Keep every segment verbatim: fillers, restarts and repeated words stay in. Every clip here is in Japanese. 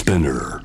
Spinner。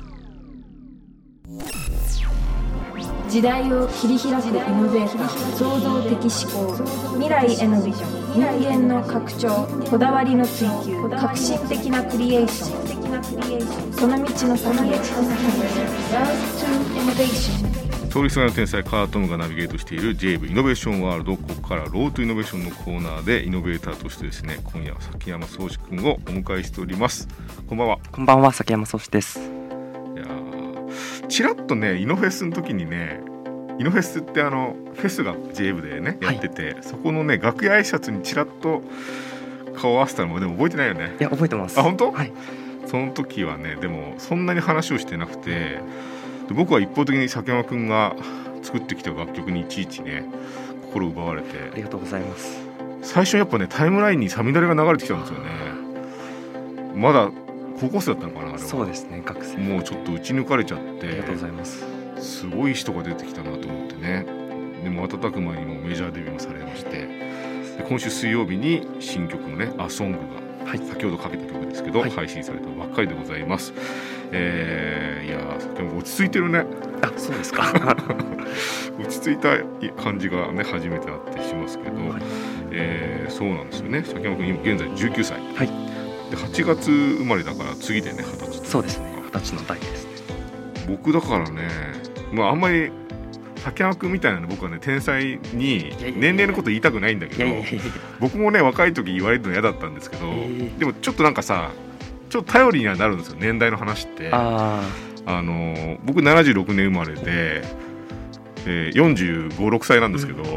時代を切り開くイノベーター、創造的思考、未来へのビジョン、人間の拡張、こだわりの追求、革新的なクリエーション、その道の先へ Love to Innovation。 通りすがりの天才カートムがナビゲートしている ジェイブ イノベーションワールド。ここからロートイノベーションのコーナーでイノベーターとしてですね、今夜は崎山壮志くんをお迎えしております。こんばんは。 こんばんは、崎山壮志です。 いやちらっとね、イノフェスの時にね、イノフェスってあのフェスが ジェイブ でねやってて、はい、そこのね楽屋挨拶にちらっと顔を合わせたのもでも覚えてないよね。 いや覚えてます。 あ、本当？ はい。 その時はね、でもそんなに話をしてなくて、で僕は一方的に崎山くんが作ってきた楽曲にいちいちね心奪われて、 ありがとうございます。 最初やっぱねタイムラインにサミダレが流れてきたんですよね。まだ高校生だったのかな、あれは。 そうですね、学生。 もうちょっと打ち抜かれちゃって、 ありがとうございます。 すごい人が出てきたなと思ってね。でも瞬く間にもメジャーデビューもされまして、で今週水曜日に新曲のねアソングが、はい、先ほどかけた曲ですけど、はい、配信されたばっかりでございます。えー、いやー、先ほど落ち着いてるね。 あ、そうですか。 落ち着いた感じがね初めてあってしますけど、はい、えー、そうなんですよね。崎山君今現在じゅうきゅうさい、はい、ではちがつ生まれだから次でねはたち。 そうですね、はたちの代ですね。 僕だからね、まああんまり崎山君みたいなの僕はね天才に年齢のこと言いたくないんだけど、僕もね若い時言われるの嫌だったんですけど、でもちょっとなんかさちょっと頼りにはなるんですよ、年代の話って。ああの僕ななじゅうろくねん生まれで、えー、よんじゅうご、ろくさいなんですけど、うん、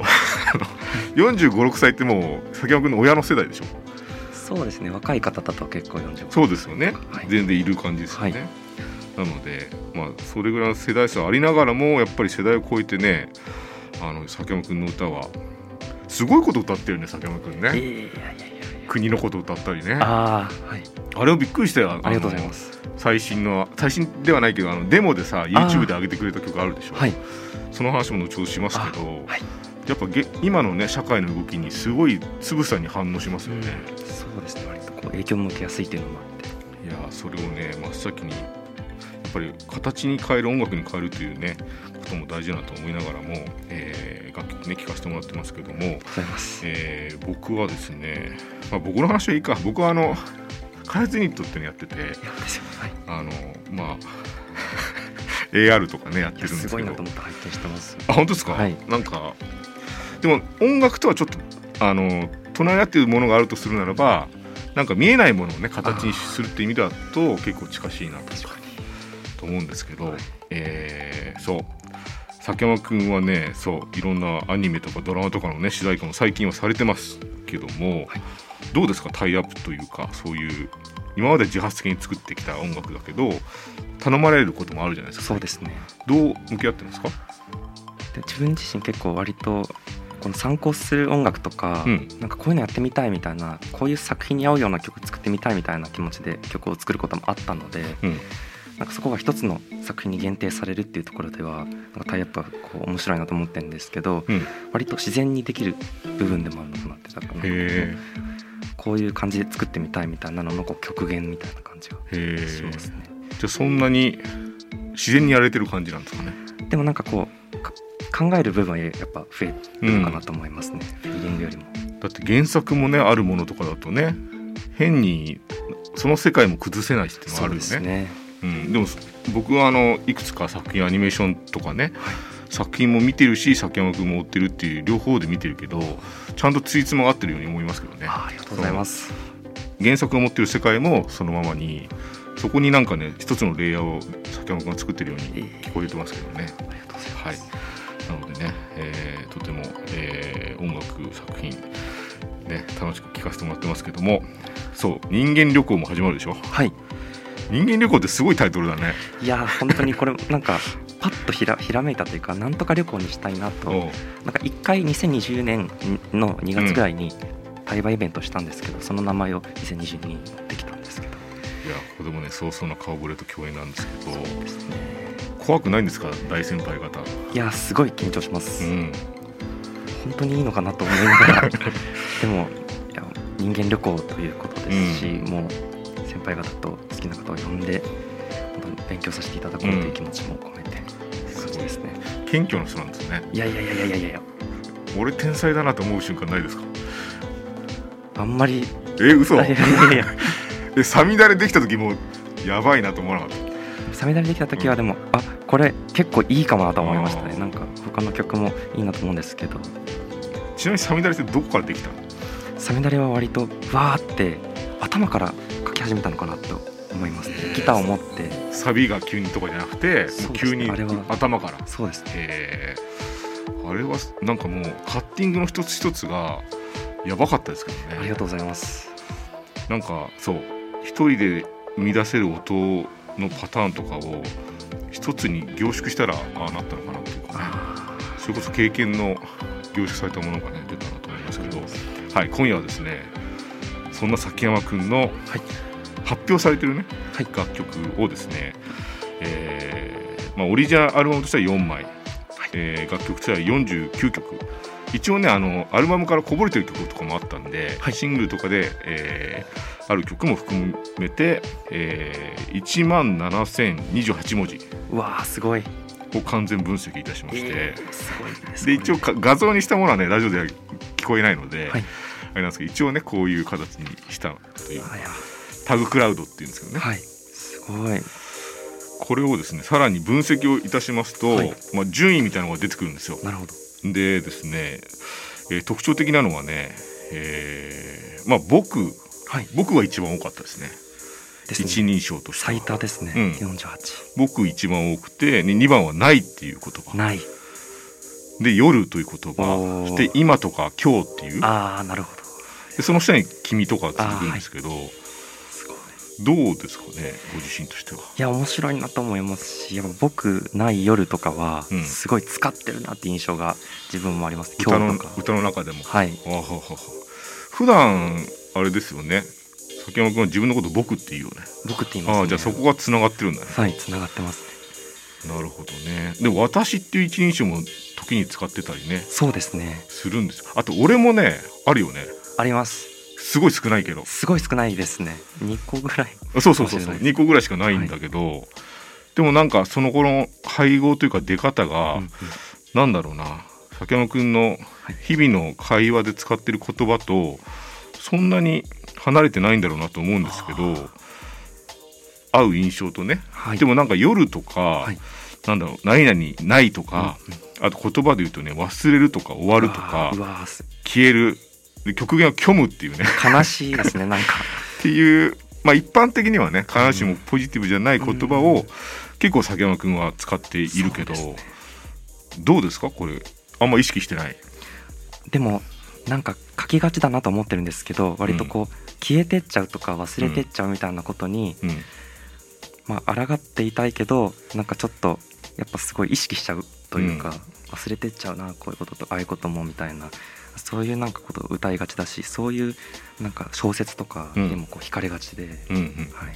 よんじゅうご、ろくさいってもう崎山君の親の世代でしょ。 そうですね、若い方だと結構よんじゅうご。 そうですよね、 はい、 全然いる感じですよね、はい、なので、まあ、それぐらいの世代差ありながらもやっぱり世代を超えてね、あの崎山君の歌はすごいこと歌ってるね、崎山君ね、えー、いやいやいや国のこと歌ったりね。あ、はい、あれをびっくりしたよ。 あ, ありがとうございます。 最新の最新ではないけどあのデモでさ YouTube で上げてくれた曲あるでしょ、はい、その話も後ほどしますけど、はい、やっぱげ今のね社会の動きにすごいつぶさに反応しますよね、 うん、そうですね、割とこう影響を受けやすいっていうのもあって、 いやそれをね真っ先にやっぱり形に変える、音楽に変えるというねことも大事だなと思いながらも、えー、楽曲ね聴かせてもらってますけども、えー、僕はですね、まあ、僕の話はいいか。僕はあの開発ユニットっていうのやってて、あのまあエーアール とかねやってるんですけど、 すごいなと思って拝見してます。 あ、本当ですか、はい、なんかでも音楽とはちょっとあの隣り合っているものがあるとするならば、なんか見えないものをね形にするっていう意味だと結構近しいなとと思うんですけど、はい、えー、そう崎山くんはね、そういろんなアニメとかドラマとかのね主題歌も最近はされてますけども、はい、どうですか、タイアップというか、そういう今まで自発的に作ってきた音楽だけど頼まれることもあるじゃないですか。 そうですね。 どう向き合ってますか？ で自分自身結構割とこの参考する音楽とか、うん、なんかこういうのやってみたいみたいな、こういう作品に合うような曲作ってみたいみたいな気持ちで曲を作ることもあったので、うん、なんかそこが一つの作品に限定されるっていうところではなんかタイアップはこう面白いなと思ってるんですけど、うん、割と自然にできる部分でもあるのかなって、だからへこういう感じで作ってみたいみたいなののこう極限みたいな感じがしますね。 じゃあそんなに自然にやれてる感じなんですかね。 でもなんかこう考える部分はやっぱ増えるのかなと思いますね、うん、フィーリングよりも。だって原作もねあるものとかだとね変にその世界も崩せないっていうのがあるよね。そうですね、うん、でも僕はあのいくつか作品アニメーションとかね、はい、作品も見てるし崎山君も追ってるっていう両方で見てるけどちゃんとついつまが合ってるように思いますけどね。 あ, ありがとうございます。 原作が持ってる世界もそのままに、そこになんかね一つのレイヤーを崎山君が作ってるように聞こえてますけどね、えー、ありがとうございます、はい、なのでね、えー、とても、えー、音楽作品ね楽しく聴かせてもらってますけども、そう人間旅行も始まるでしょ。はい、人間旅行ってすごいタイトルだね。 いや本当にこれなんかパッとひ ら, ひらめいたというか、なんとか旅行にしたいなと。なんかいっかいにせんにじゅうねんのにがつぐらいに対話イベントしたんですけど、うん、その名前をにせんにじゅうにねんに持ってきたんですけど、 いやこれもね早々な顔ぶれと共演なんですけど、そうですね、怖くないんですか大先輩方。 いやすごい緊張します、うん、本当にいいのかなと思いながらでもいや人間旅行ということですし、うん、もう先輩方と好きな方を呼んで本当に勉強させていただこうという気持ちも込めて、うん、そうですね。 謙虚な人なんですね。 いやいやいやいやいやいや、 俺天才だなと思う瞬間ないですか？ あんまり。 え、嘘？ いやいやいやえ、サミダレできた時もやばいなと思わなかった？ サミダレできた時はでも、うん、あ、これ結構いいかもなと思いましたね。なんか他の曲もいいなと思うんですけど。 ちなみにサミダレってどこからできたの？ サミダレは割とわーって頭から書き始めたのかなと思いますね。ギターを持ってサビが急にとかじゃなくて、もう急に頭から。 そうですね。 へー、あれはなんかもうカッティングの一つ一つがやばかったですけどね。 ありがとうございます。 なんかそう一人で生み出せる音のパターンとかを一つに凝縮したらああなったのかなっていうかね、それこそ経験の凝縮されたものがね出たなと思いますけど、はい、今夜はですね、そんな崎山くんの、はい、発表されてるね、はい、楽曲をですね、えーまあ、オリジナルアルバムとしてはよんまい、はい、えー、楽曲としてはよんじゅうきゅうきょく、一応ねあのアルバムからこぼれてる曲とかもあったんで、はい、シングルとかで、えー、ある曲も含めて、えー、いちまんななせんにじゅうはちもじ、 うわーすごいを完全分析いたしまして、 えー、すごいですで一応画像にしたものはねラジオでは聞こえないので、はい、あれなんですけど、一応ねこういう形にしたというタグクラウドっていうんですけどね、 はい、すごい。 これをですねさらに分析をいたしますと、はい、まあ、順位みたいなのが出てくるんですよ。 なるほど。 でですね、えー、特徴的なのはね、えーまあ、僕、はい、僕が一番多かったですね。ですね、一人称としては最多ですね、うん、よんじゅうはち。 僕一番多くて、にばんはないっていう言葉、 ないで夜という言葉、そして今とか今日っていう、 あーなるほど。 でその下に君とか続くんですけど、はい、 すごい。 どうですかねご自身としては。 いや面白いなと思いますし、やっぱ僕ない夜とかはすごい使ってるなって印象が自分もあります、うん、 今日とか歌の中でも。 はい。 あははは普段あれですよね、崎山君は自分のこと僕って言うよね。 僕って言いますね。 ああ、じゃあそこがつながってるんだね。 はい、つながってますね。 なるほどね。でも私っていう一人称も時に使ってたりね。 そうですね。 するんですよ。あと俺もねあるよね。 あります。 すごい少ないけど。 すごい少ないですね。にこぐらい。 そうそうそうそう。にこぐらいしかないんだけど、はい、でもなんかその頃の配合というか出方が、うんうん、なんだろうな、崎山君の日々の会話で使ってる言葉とそんなに離れてないんだろうなと思うんですけど、合う印象とね、はい、でもなんか夜とか、はい、なんだろう、何々ないとか、うんうん、あと言葉で言うとね、忘れるとか終わるとか消えるで、極限は虚無っていうね、 悲しいですねなんかっていう、まあ一般的にはね必ずしもポジティブじゃない言葉を結構崎山君は使っているけど、ね、どうですかこれ、あんま意識してない？ でもなんか書きがちだなと思ってるんですけど、割とこう、うん、消えてっちゃうとか忘れてっちゃうみたいなことに、うんうん、まあ抗っていたいけど、なんかちょっとやっぱすごい意識しちゃうというか、うん、忘れてっちゃうなこういうこととああいうこともみたいな、そういうなんかことを歌いがちだし、そういうなんか小説とかにもこう惹かれがちで、 うんうんうん、はい、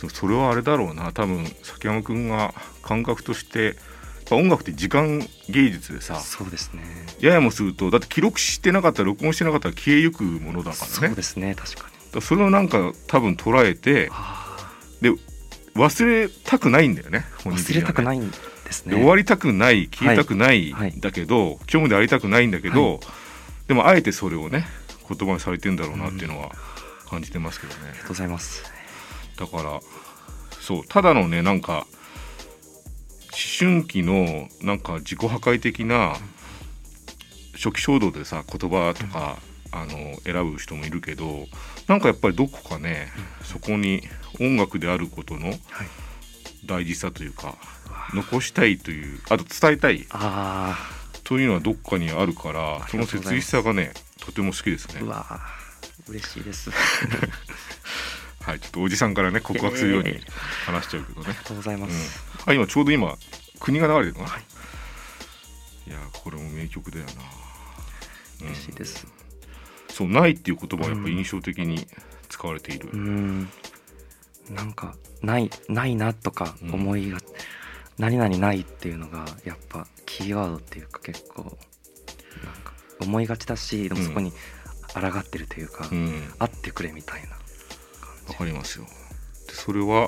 それはあれだろうな、多分崎山くんが感覚として音楽って時間芸術でさ、 そうですね、 ややもするとだって記録してなかったら録音してなかったら消えゆくものだからね。 そうですね、確かに。 だそれをなんか多分捉えて、で忘れたくないんだよね、本人的にはね。忘れたくないんですね。で終わりたくない、消えたくないんだけど、はいはい、虚無でありたくないんだけど、はい、でもあえてそれをね言葉にされてんだろうなっていうのは感じてますけどね、うん、 ありがとうございます。 だからそう、ただのねなんか思春期のなんか自己破壊的な初期衝動でさ言葉とか、うん、あの選ぶ人もいるけど、なんかやっぱりどこかね、うん、そこに音楽であることの大事さというか、はい、残したいという、あと伝えたいあというのはどっかにあるから、その切実さがねとても好きですね。 うわ嬉しいですはい、ちょっとおじさんからね告白するように話しちゃうけどね、 ありがとうございます、 うん、あ今ちょうど今国が流れてるのかな、はい、いやこれも名曲だよな、 嬉しいです、 うん、そう、ないっていう言葉はやっぱ印象的に使われている、 うん、なんかないないなとか思いが、うん、何々ないっていうのがやっぱキーワードっていうか、結構なんか思いがちだし、でもそこに抗ってるというか、うん、会ってくれみたいな。 わかりますよ。でそれは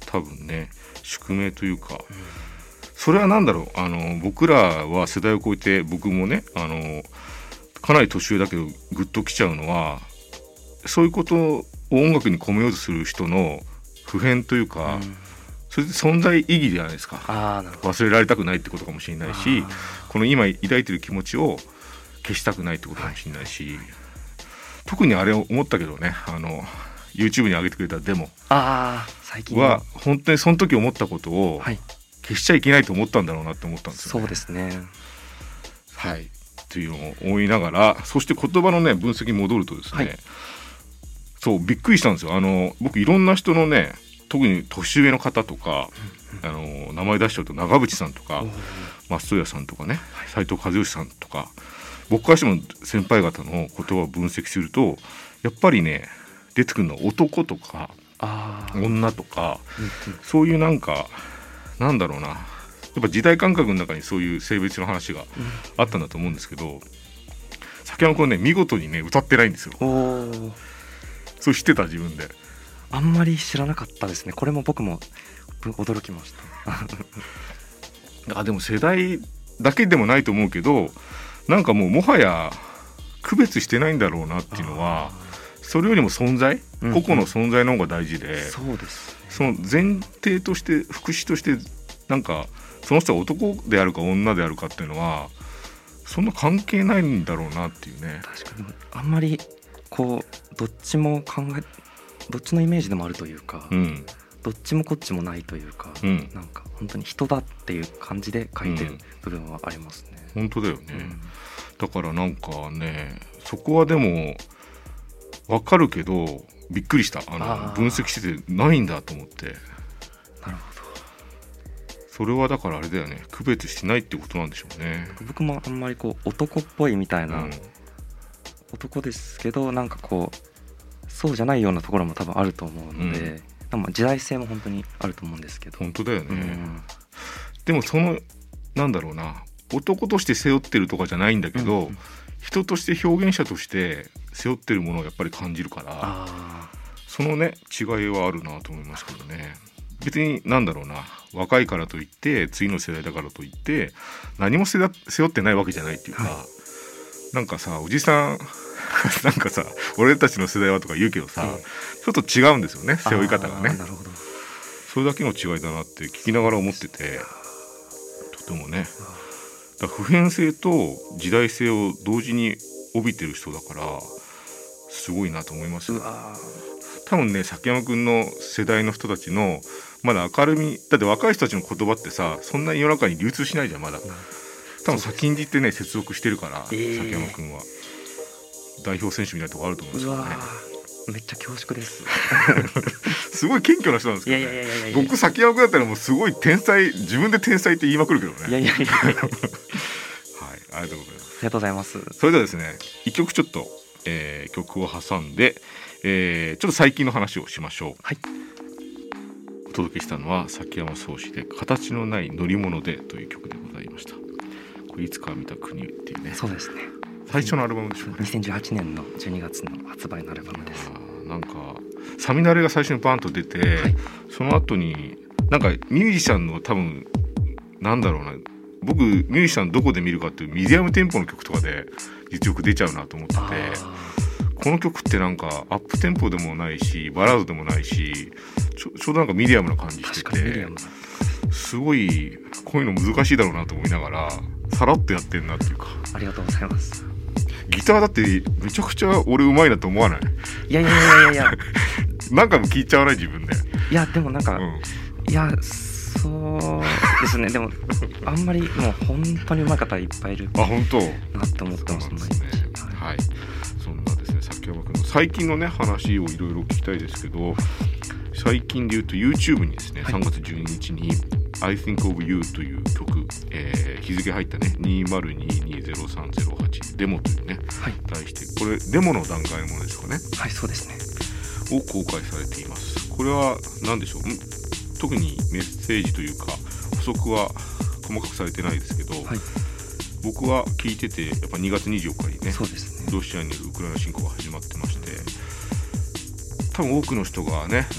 多分ね宿命というか、うん、それは何だろう、あの僕らは世代を超えて、僕もねあのかなり年上だけどグッときちゃうのは、そういうことを音楽に込めようとする人の普遍というか、うん、それで存在意義じゃないですか。 あ、なるほど。 忘れられたくないってことかもしれないし、この今抱いてる気持ちを消したくないってことかもしれないし、はい、特にあれを思ったけどね、あの YouTube に上げてくれたデモあ最近は本当にその時思ったことを消しちゃいけないと思ったんだろうなって思ったんですよね。 そうですね。 はい、というのを思いながら、そして言葉のね分析に戻るとですね、はい、そうびっくりしたんですよ。あの僕いろんな人のね、特に年上の方とか、あの名前出しちゃうと長渕さんとか松任谷さんとかね、斉藤和義さんとか、僕からしても先輩方の言葉を分析すると、やっぱりね出てくるのは男とか女とか、うんうん、そういうなんかなんだろうな、やっぱ時代感覚の中にそういう性別の話があったんだと思うんですけど、崎山君ね見事にね歌ってないんですよ。 おそう知ってた？自分であんまり知らなかったですね。これも僕も驚きましたあでも世代だけでもないと思うけど、なんかもうもはや区別してないんだろうなっていうのは、それよりも存在、うんうん、個々の存在の方が大事で、 そうです、 その前提として副詞としてなんかその人は男であるか女であるかっていうのはそんな関係ないんだろうなっていうね。 確かにあんまりこうどっちも考えどっちのイメージでもあるというか、うん、どっちもこっちもないというか、うん、なんか本当に人だっていう感じで書いてる部分はありますね、 うん、本当だよね、うん、だからなんかねそこはでも分かるけどびっくりした。あのあ分析しててないんだと思って。 なるほど。 それはだからあれだよね、区別してないってことなんでしょうね。 僕もあんまりこう男っぽいみたいな、うん、男ですけどなんかこうそうじゃないようなところも多分あると思うので、うん、時代性も本当にあると思うんですけど。 本当だよね、うん、でもそのなんだろうな、男として背負ってるとかじゃないんだけど、うん、人として表現者として背負ってるものをやっぱり感じるから、あそのね違いはあるなと思いますけどね。別になんだろうな、若いからといって次の世代だからといって何も背負ってないわけじゃないっていうか、はい、なんかさおじさんなんかさ俺たちの世代はとか言うけどさ、ええ、ちょっと違うんですよね、背負い方がね。 なるほど。 それだけの違いだなって聞きながら思ってて、とてもねだ普遍性と時代性を同時に帯びてる人だからすごいなと思いますよ。多分ね崎山くんの世代の人たちのまだ明るみだって若い人たちの言葉ってさそんなに世の中に流通しないじゃんまだ。多分先んじってね接続してるから、えー、崎山くんは代表選手みたいなとこあると思うんですよね。 めっちゃ恐縮ですすごい謙虚な人なんですけどね。いやいやいやいやいや僕崎山くんだったらもうすごい天才、自分で天才って言いまくるけどね。 いやいやいやいやはい、 ありがとうございます。 ありがとうございます。 それではですね一曲ちょっと、えー、曲を挟んで、えー、ちょっと最近の話をしましょう。 はい、 お届けしたのは崎山壮志で形のない乗り物でという曲でございました。これいつか見た国っていうね。 そうですね、 最初のアルバムでしょうね。 にせんじゅうはちねんのじゅうにがつの発売のアルバムです。 なんかサミダレが最初にバーンと出て、はい、その後になんかミュージシャンの多分なんだろうな、僕ミュージシャンどこで見るかっていうミディアムテンポの曲とかで実力出ちゃうなと思ってて、この曲ってなんかアップテンポでもないしバラードでもないしちょ、ちょうどなんかミディアムな感じしてて、すごいこういうの難しいだろうなと思いながらさらっとやってんなっていうか。 ありがとうございます。 ギターだってめちゃくちゃ俺うまいなと思わない？ いやいやいやいやいや何回も聞いちゃわない自分で。 いやでもなんか、うん、いやそうですねでもあんまりもう本当にうまい方いっぱいいるあ本当なって思ってます。 そうなんですね。はい、そんなですね崎山君の最近のね話をいろいろ聞きたいですけど、最近で言うと YouTube にですね、はい、さんがつじゅうににちにI Think of You という曲、えー、日付入ったねにせんにじゅうに ゼロさんゼロはちデモというね、はい、題してこれデモの段階のものですかね。 はいそうですね。 を公開されています。これは何でしょう、特にメッセージというか補足は細かくされてないですけど、はい、僕は聞いててやっぱにがつにじゅうよっかにね、 そうですね、 ロシアによるウクライナ侵攻が始まってまして、多分多くの人がね、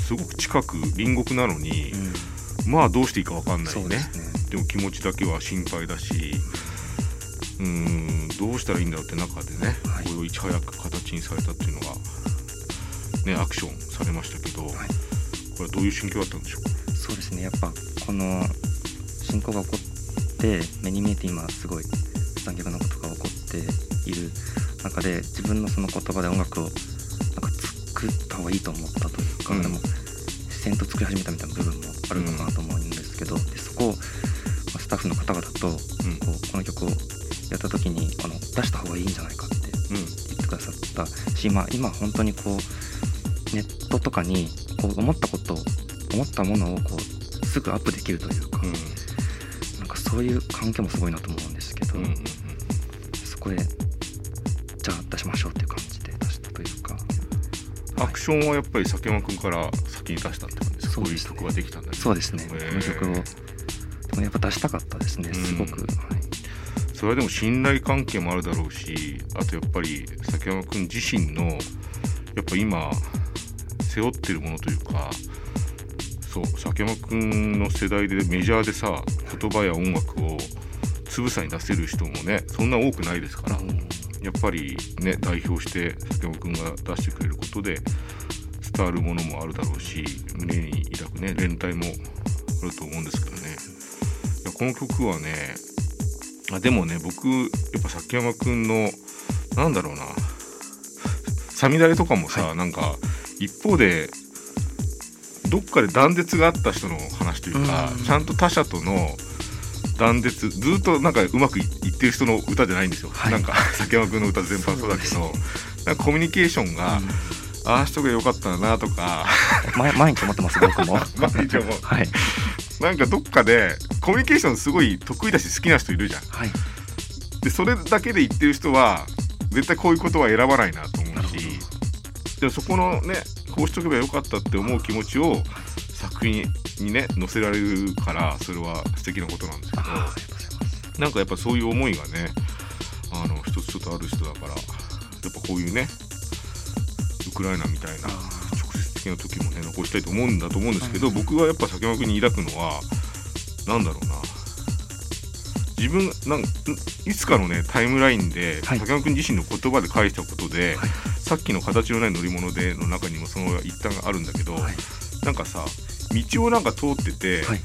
すごく近く隣国なのに、うん、まあどうしていいか分かんないね。 で, ねでも気持ちだけは心配だし、うーんどうしたらいいんだろうって中でね、はい、これをいち早く形にされたっていうのが、ね、アクションされましたけど、はい、これはどういう心境だったんでしょうか。 そうですね、やっぱこの侵攻が起こって目に見えて今すごい残虐なことが起こっている中で、自分のその言葉で音楽をなんか作った方がいいと思ったというか、うん、でも自然と作り始めたみたいな部分もあるのかなと思うんですけど、うん、でそこをスタッフの方々とこう、うん、この曲をやった時にあの出した方がいいんじゃないかって言ってくださったし、まあ、今本当にこうネットとかにこう思ったこと思ったものをこうすぐアップできるというか、うん、なんかそういう環境もすごいなと思うんですけど、うんうんうん、そこでじゃあ出しましょうっていう感じで出したというか、 アクションはやっぱり崎山くんから先に出したって感じですか。そういう曲ができたんだね。 そうですね、この曲をでもやっぱ出したかったですね、すごく、うん、はい、 それはでも信頼関係もあるだろうし、あとやっぱり崎山くん自身のやっぱ今背負ってるものというか、そう崎山くんの世代でメジャーでさ言葉や音楽をつぶさに出せる人もねそんな多くないですから、うん、やっぱりね代表して崎山くんが出してくれることで伝わるものもあるだろうし、胸に抱くね連帯もあると思うんですけどね。いやこの曲はね、あでもね僕やっぱ崎山くんのなんだろうなサミダレとかもさ、はい、なんか一方でどっかで断絶があった人の話というか、うん、ちゃんと他者との断絶ずっとなんかうまくいってる人の歌じゃないんですよ、はい、なんか崎山くんの歌全般そうだけど、なんかコミュニケーションが、うん、ああしとけばよかったなとか毎日思ってます僕も毎日思う、はい、なんかどっかでコミュニケーションすごい得意だし好きな人いるじゃん、はい、でそれだけで言ってる人は絶対こういうことは選ばないなと思うし、でもそこのねこうしとけばよかったって思う気持ちを作品にね載せられるからそれは素敵なことなんですけど、なんかやっぱそういう思いがねあの一つちょっとある人だから、やっぱこういうねウクライナみたいな直接的な時もね残したいと思うんだと思うんですけど、僕はやっぱ崎山君に抱くのはなんだろうな、自分なんいつかのねタイムラインで、はい、崎山君自身の言葉で返したことで、はい、さっきの形のない乗り物での中にもその一端があるんだけど、はい、なんかさ道をなんか通ってて、はい、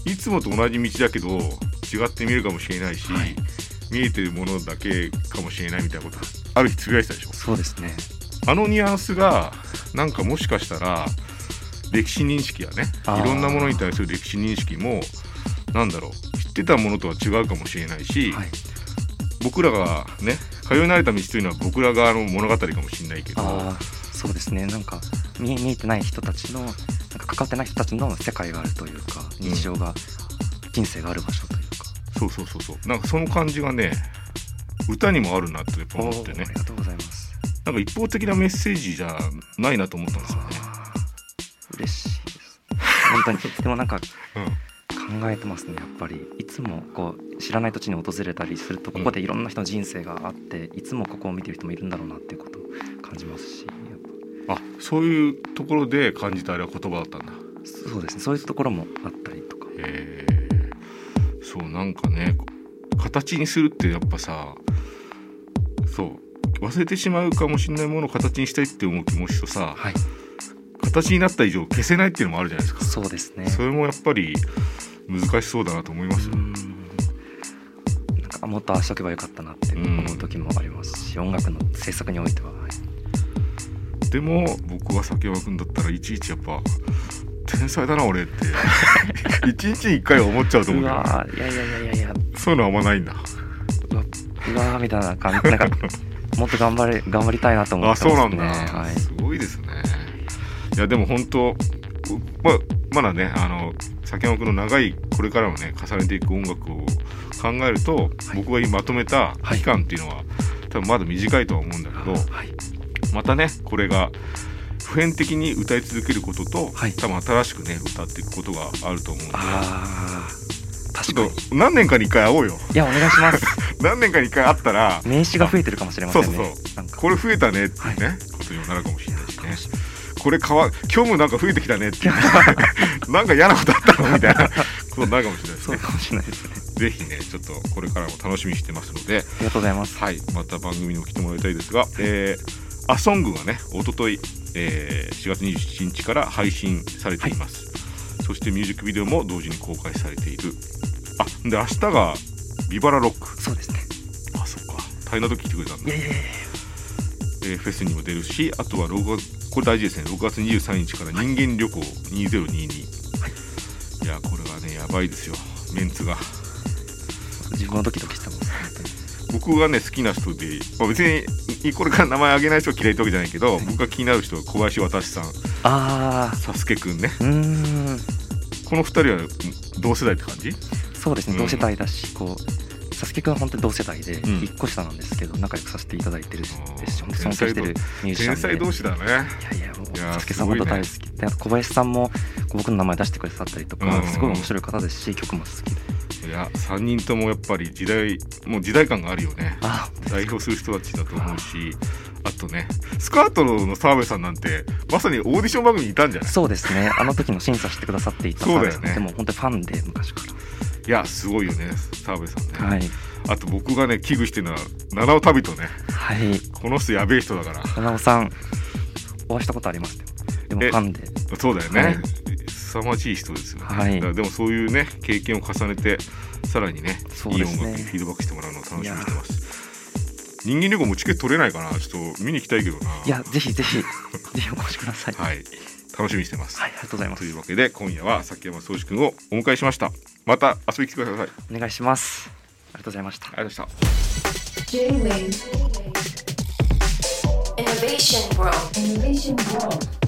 いつもと同じ道だけど違って見えるかもしれないし、はい、見えてるものだけかもしれないみたいなことある日つぶやいてたでしょ。 そうですね。 あのニュアンスがなんかもしかしたら歴史認識やね、いろんなものに対する歴史認識もなんだろう知ってたものとは違うかもしれないし、はい、僕らがね通い慣れた道というのは僕ら側の物語かもしれないけど、 あそうですね、なんか 見, 見えてない人たちのなんか関わってない人たちの世界があるというか、日常が、うん、人生がある場所というか、 そうそうそうそう、なんかその感じがね歌にもあるなってやっぱ思ってね。 ありがとうございます。 なんか一方的なメッセージじゃないなと思ったんですよね。 嬉しいです本当にでもなんか、うん、考えてますね。やっぱりいつもこう知らない土地に訪れたりするとここでいろんな人の人生があって、うん、いつもここを見てる人もいるんだろうなっていうことを感じますし、 あそういうところで感じたあれは言葉だったんだ。 そうですね、そういうところもあったりとか。 へー、そうなんかね形にするってやっぱさ、そう忘れてしまうかもしれないものを形にしたいって思う気持ちとさ、はい、形になった以上消せないっていうのもあるじゃないですか。 そうですね。 それもやっぱり難しそうだなと思いますよ。うんなんかもっとああしとけばよかったなって思う時もありますし、音楽の制作においては、はい、 でも僕は崎山君だったらいちいちやっぱ天才だな俺って一日に一回は思っちゃうと思うけど、うわいやいやいやいやいやそういうのはあんまないんだ。 うわうわみたいな感じなんかもっと頑張れ頑張りたいなと思ってますね。 あ、そうなんだ、はい、すごいですね。いやでも本当まあまだねあの崎山君の長いこれからもね重ねていく音楽を考えると、はい、僕が今まとめた期間っていうのは、はい、多分まだ短いとは思うんだけど、はい、またねこれが普遍的に歌い続けることと、はい、多分新しくね歌っていくことがあると思うんで、 あ確かに何年かに一回会おうよ。 いやお願いします何年かに一回会ったら名刺が増えてるかもしれませんね。 そうそうそう、これ増えたねっていうね、はい、ことにもなるかもしれないしね。 これかわ今日もなんか増えてきたねってなんか嫌なことあったのみたいなことになるかもしれないですね。 そうかもしれないですね。 ぜひねちょっとこれからも楽しみにしてますので、ありがとうございます。 はい、また番組にも来てもらいたいですが、えー、アソングがね一昨日、えー、しがつにじゅうしちにちから配信されています、はい、そしてミュージックビデオも同時に公開されている。あで明日がビバラロック。 そうですね。 あそっか大変な時来てくれたんだ。 いやいやいや、 えー、フェスにも出るし、あとはろくがつこれ大事ですね、ろくがつにじゅうさんにちから人間旅行にせんにじゅうに、はい、いやこれはねやばいですよ、メンツが。 自分はドキドキしてます。 僕がね好きな人で、まあ、別にこれから名前挙げない人は嫌いってわけじゃないけど、はい、僕が気になる人は小林渡さん、 あーサスケくんね。 うーん、 このふたりは同世代って感じ？ そうですね、 うん、 同世代だし、こうサスケくんは本当に同世代でいっこ下なんですけど、うん、仲良くさせていただいてるし、本当に尊敬してるミュージシャンで。 天才同士だね。 いやいや、もうサスケさん本当大好きで、小林さんも僕の名前出してくださったりとか、うん、すごい面白い方ですし、曲も好きで。 いやさんにんともやっぱり時代もう時代感があるよね。 あ代表する人たちだと思うし、あとねスカートの澤部さんなんてまさにオーディション番組にいたんじゃない？ そうですね、あの時の審査してくださっていた澤部さん、ね、でも本当にファンで昔から。 いやすごいよね澤部さんね、 はい、 あと僕がね危惧してるのは七尾旅人ね、 はい、 この人やべえ人だから。 七尾さんお会いしたことありますね。でもファンで。 そうだよね、はい、凄まじい人ですよね、 はい、 だでもそういうね経験を重ねてさらに ね, そうですね、 いい音楽にフィードバックしてもらうのを楽しみにしてます。人間旅行もチケット取れないかな、ちょっと見に行きたいけどな。 いやぜひぜひぜひお越しください。 はい、楽しみにしてます。 はい、ありがとうございます。 というわけで今夜は崎山壮志くんをお迎えしました。また遊びに来てください。 お願いします。ありがとうございました。 ありがとうございました。 J-Wave Innovation World Innovation World